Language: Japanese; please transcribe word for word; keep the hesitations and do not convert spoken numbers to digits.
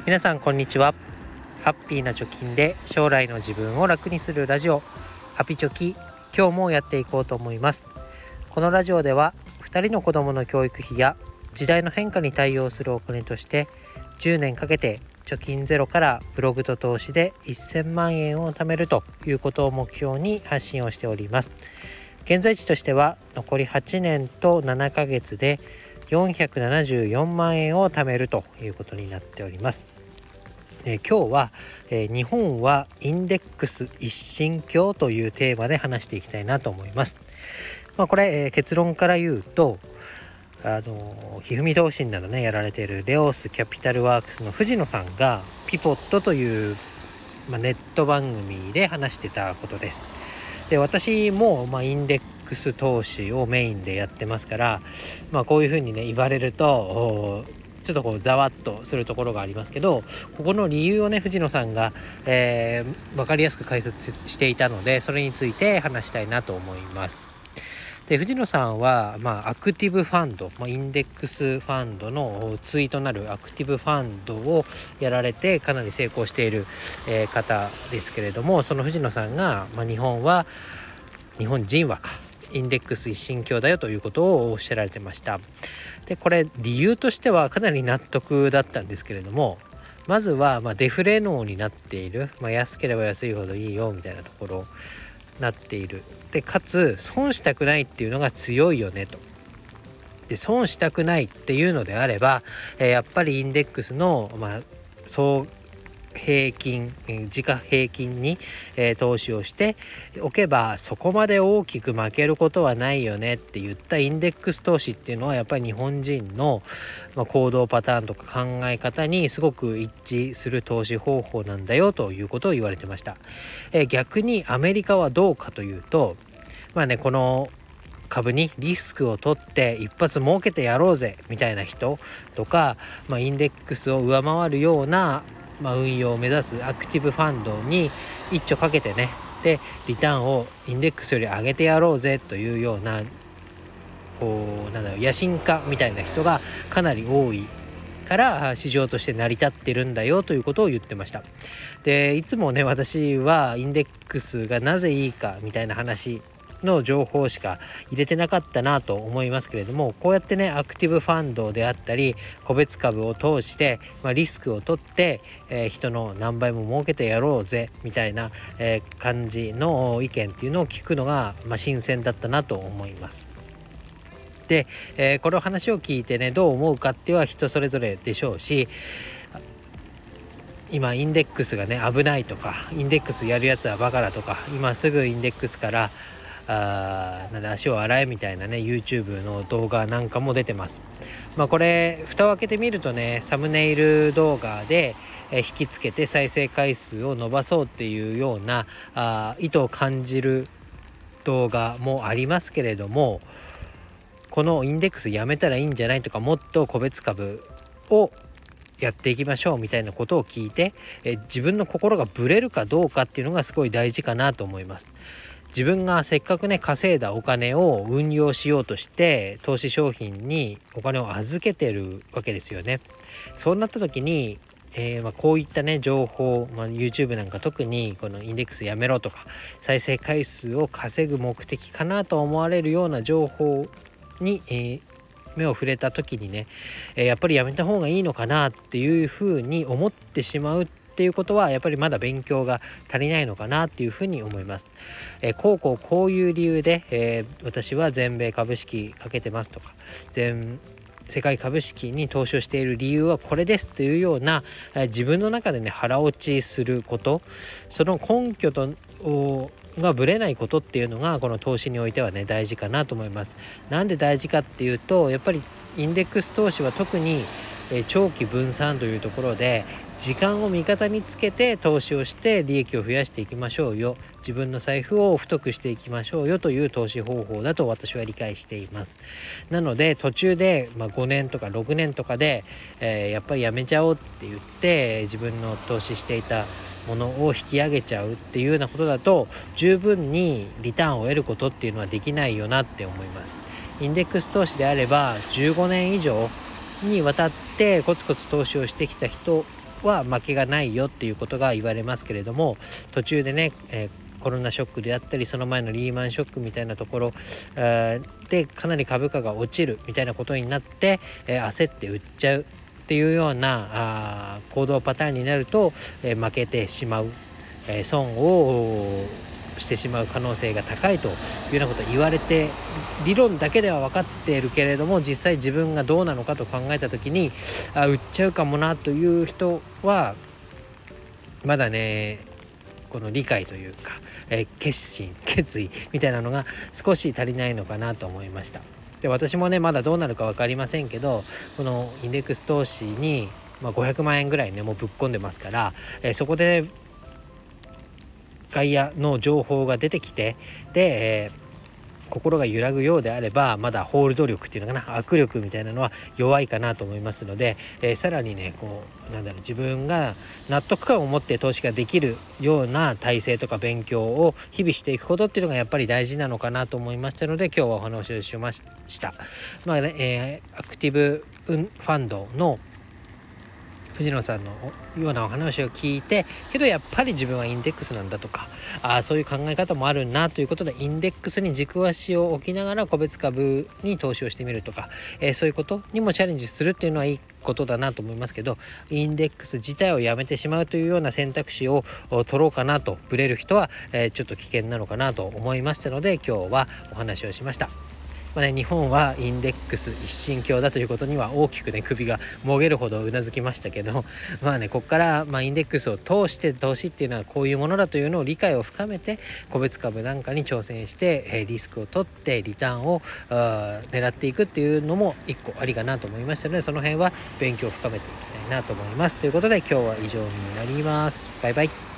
皆さんこんにちは。ハッピーな貯金で将来の自分を楽にするラジオ、ハピチョキ、今日もやっていこうと思います。このラジオではふたりの子どもの教育費や時代の変化に対応するお金としてじゅうねんかけて貯金ゼロからブログと投資でせんまんえんを貯めるということを目標に発信をしております。現在地としては残りはちねんとななかげつでよんひゃくななじゅうよんまんえんを貯めるということになっております。えー、今日は、えー、日本はインデックス一神教というテーマで話していきたいなと思います。まあ、これ、えー、結論から言うとあのひふみ投信などねやられているレオスキャピタルワークスの藤野さんがピポットという、まあ、ネット番組で話してたことです。で私も、まあ、インデックス投資をメインでやってますから、まあ、こういうふうにね言われるとちょっとこうざわっとするところがありますけど、ここの理由をね藤野さんが、えー、分かりやすく解説していたので、それについて話したいなと思います。で藤野さんは、まあ、アクティブファンド、まあ、インデックスファンドの対となるアクティブファンドをやられてかなり成功している、えー、方ですけれども、その藤野さんが、まあ、日本は日本人はかインデックス一神教だよということをおっしゃられてました。でこれ理由としてはかなり納得だったんですけれども、まずはまあデフレ脳になっている、まあ、安ければ安いほどいいよみたいなところなっている。でかつ損したくないっていうのが強いよねと。で損したくないっていうのであれば、えー、やっぱりインデックスの、まあ、総平均時価平均に、えー、投資をしておけばそこまで大きく負けることはないよねって言ったインデックス投資っていうのはやっぱり日本人の、まあ、行動パターンとか考え方にすごく一致する投資方法なんだよということを言われてました。えー、逆にアメリカはどうかというと、まあねこの株にリスクを取って一発儲けてやろうぜみたいな人とか、まあ、インデックスを上回るようなまあ、運用を目指すアクティブファンドに一丁かけてね、でリターンをインデックスより上げてやろうぜというようなこうなんだろう野心家みたいな人がかなり多いから市場として成り立ってるんだよということを言ってました。でいつもね私はインデックスがなぜいいかみたいな話の情報しか入れてなかったなと思いますけれども、こうやってねアクティブファンドであったり個別株を通して、まあ、リスクを取って、えー、人の何倍も儲けてやろうぜみたいな、えー、感じの意見っていうのを聞くのが、まあ、新鮮だったなと思います。で、えー、この話を聞いてねどう思うかっていうのは人それぞれでしょうし、今インデックスがね危ないとかインデックスやるやつはバカだとか今すぐインデックスからあなんで足を洗えみたいなね YouTube の動画なんかも出てます。まあこれ蓋を開けてみるとねサムネイル動画でえ引きつけて再生回数を伸ばそうっていうようなあ意図を感じる動画もありますけれども、このインデックスやめたらいいんじゃないとかもっと個別株をやっていきましょうみたいなことを聞いてえ自分の心がブレるかどうかっていうのがすごい大事かなと思います。自分がせっかくね稼いだお金を運用しようとして投資商品にお金を預けてるわけですよね。そうなった時に、えーまあ、こういったね情報、まあ、YouTube なんか特にこのインデックスやめろとか再生回数を稼ぐ目的かなと思われるような情報に、えー目を触れた時にね、えー、やっぱりやめた方がいいのかなっていうふうに思ってしまうっていうことはやっぱりまだ勉強が足りないのかなっていうふうに思います。えー、こうこうこういう理由で、えー、私は全米株式かけてますとか全世界株式に投資をしている理由はこれですというような、えー、自分の中でね腹落ちすること、その根拠とがぶれないことっていうのがこの投資においてはね大事かなと思います。なんで大事かっていうとやっぱりインデックス投資は特に長期分散というところで時間を味方につけて投資をして利益を増やしていきましょうよ、自分の財布を太くしていきましょうよという投資方法だと私は理解しています。なので途中で、まあ、ごねんとかろくねんとかで、えー、やっぱりやめちゃおうって言って自分の投資していたものを引き上げちゃうっていうようなことだと十分にリターンを得ることっていうのはできないよなって思います。インデックス投資であればじゅうごねん以上にわたってコツコツ投資をしてきた人は負けがないよっていうことが言われますけれども、途中でね、えーコロナショックであったり、その前のリーマンショックみたいなところ、えー、でかなり株価が落ちるみたいなことになって、えー、焦って売っちゃうっていうようなあ行動パターンになると、えー、負けてしまう、えー、損をしてしまう可能性が高いというようなことを言われて、理論だけでは分かっているけれども、実際自分がどうなのかと考えた時に、あ売っちゃうかもなという人はまだね、この理解というか、えー、決心決意みたいなのが少し足りないのかなと思いました。で私もねまだどうなるか分かりませんけど、このインデックス投資に、まあ、ごひゃくまんえんぐらいねもうぶっ込んでますから、えー、そこで外野の情報が出てきて、で、えー心が揺らぐようであれば、まだホールド力っていうのかな、握力みたいなのは弱いかなと思いますので、えー、さらにねこうなんだろう、自分が納得感を持って投資ができるような体制とか勉強を日々していくことっていうのがやっぱり大事なのかなと思いましたので、今日はお話をしました。まあね、えー、アクティブファンドの藤野さんのようなお話を聞いて、けどやっぱり自分はインデックスなんだとか、あそういう考え方もあるなということで、インデックスに軸足を置きながら個別株に投資をしてみるとか、えー、そういうことにもチャレンジするっていうのはいいことだなと思いますけど、インデックス自体をやめてしまうというような選択肢を取ろうかなとブレる人は、えー、ちょっと危険なのかなと思いましたので、今日はお話をしました。まあね、日本はインデックス一神教だということには大きくね首がもげるほどうなずきましたけど、まあねここからまあインデックスを通して投資っていうのはこういうものだというのを理解を深めて、個別株なんかに挑戦して、えー、リスクを取ってリターンを狙っていくっていうのも一個ありかなと思いましたので、その辺は勉強を深めていきたいなと思います。ということで今日は以上になります。バイバイ。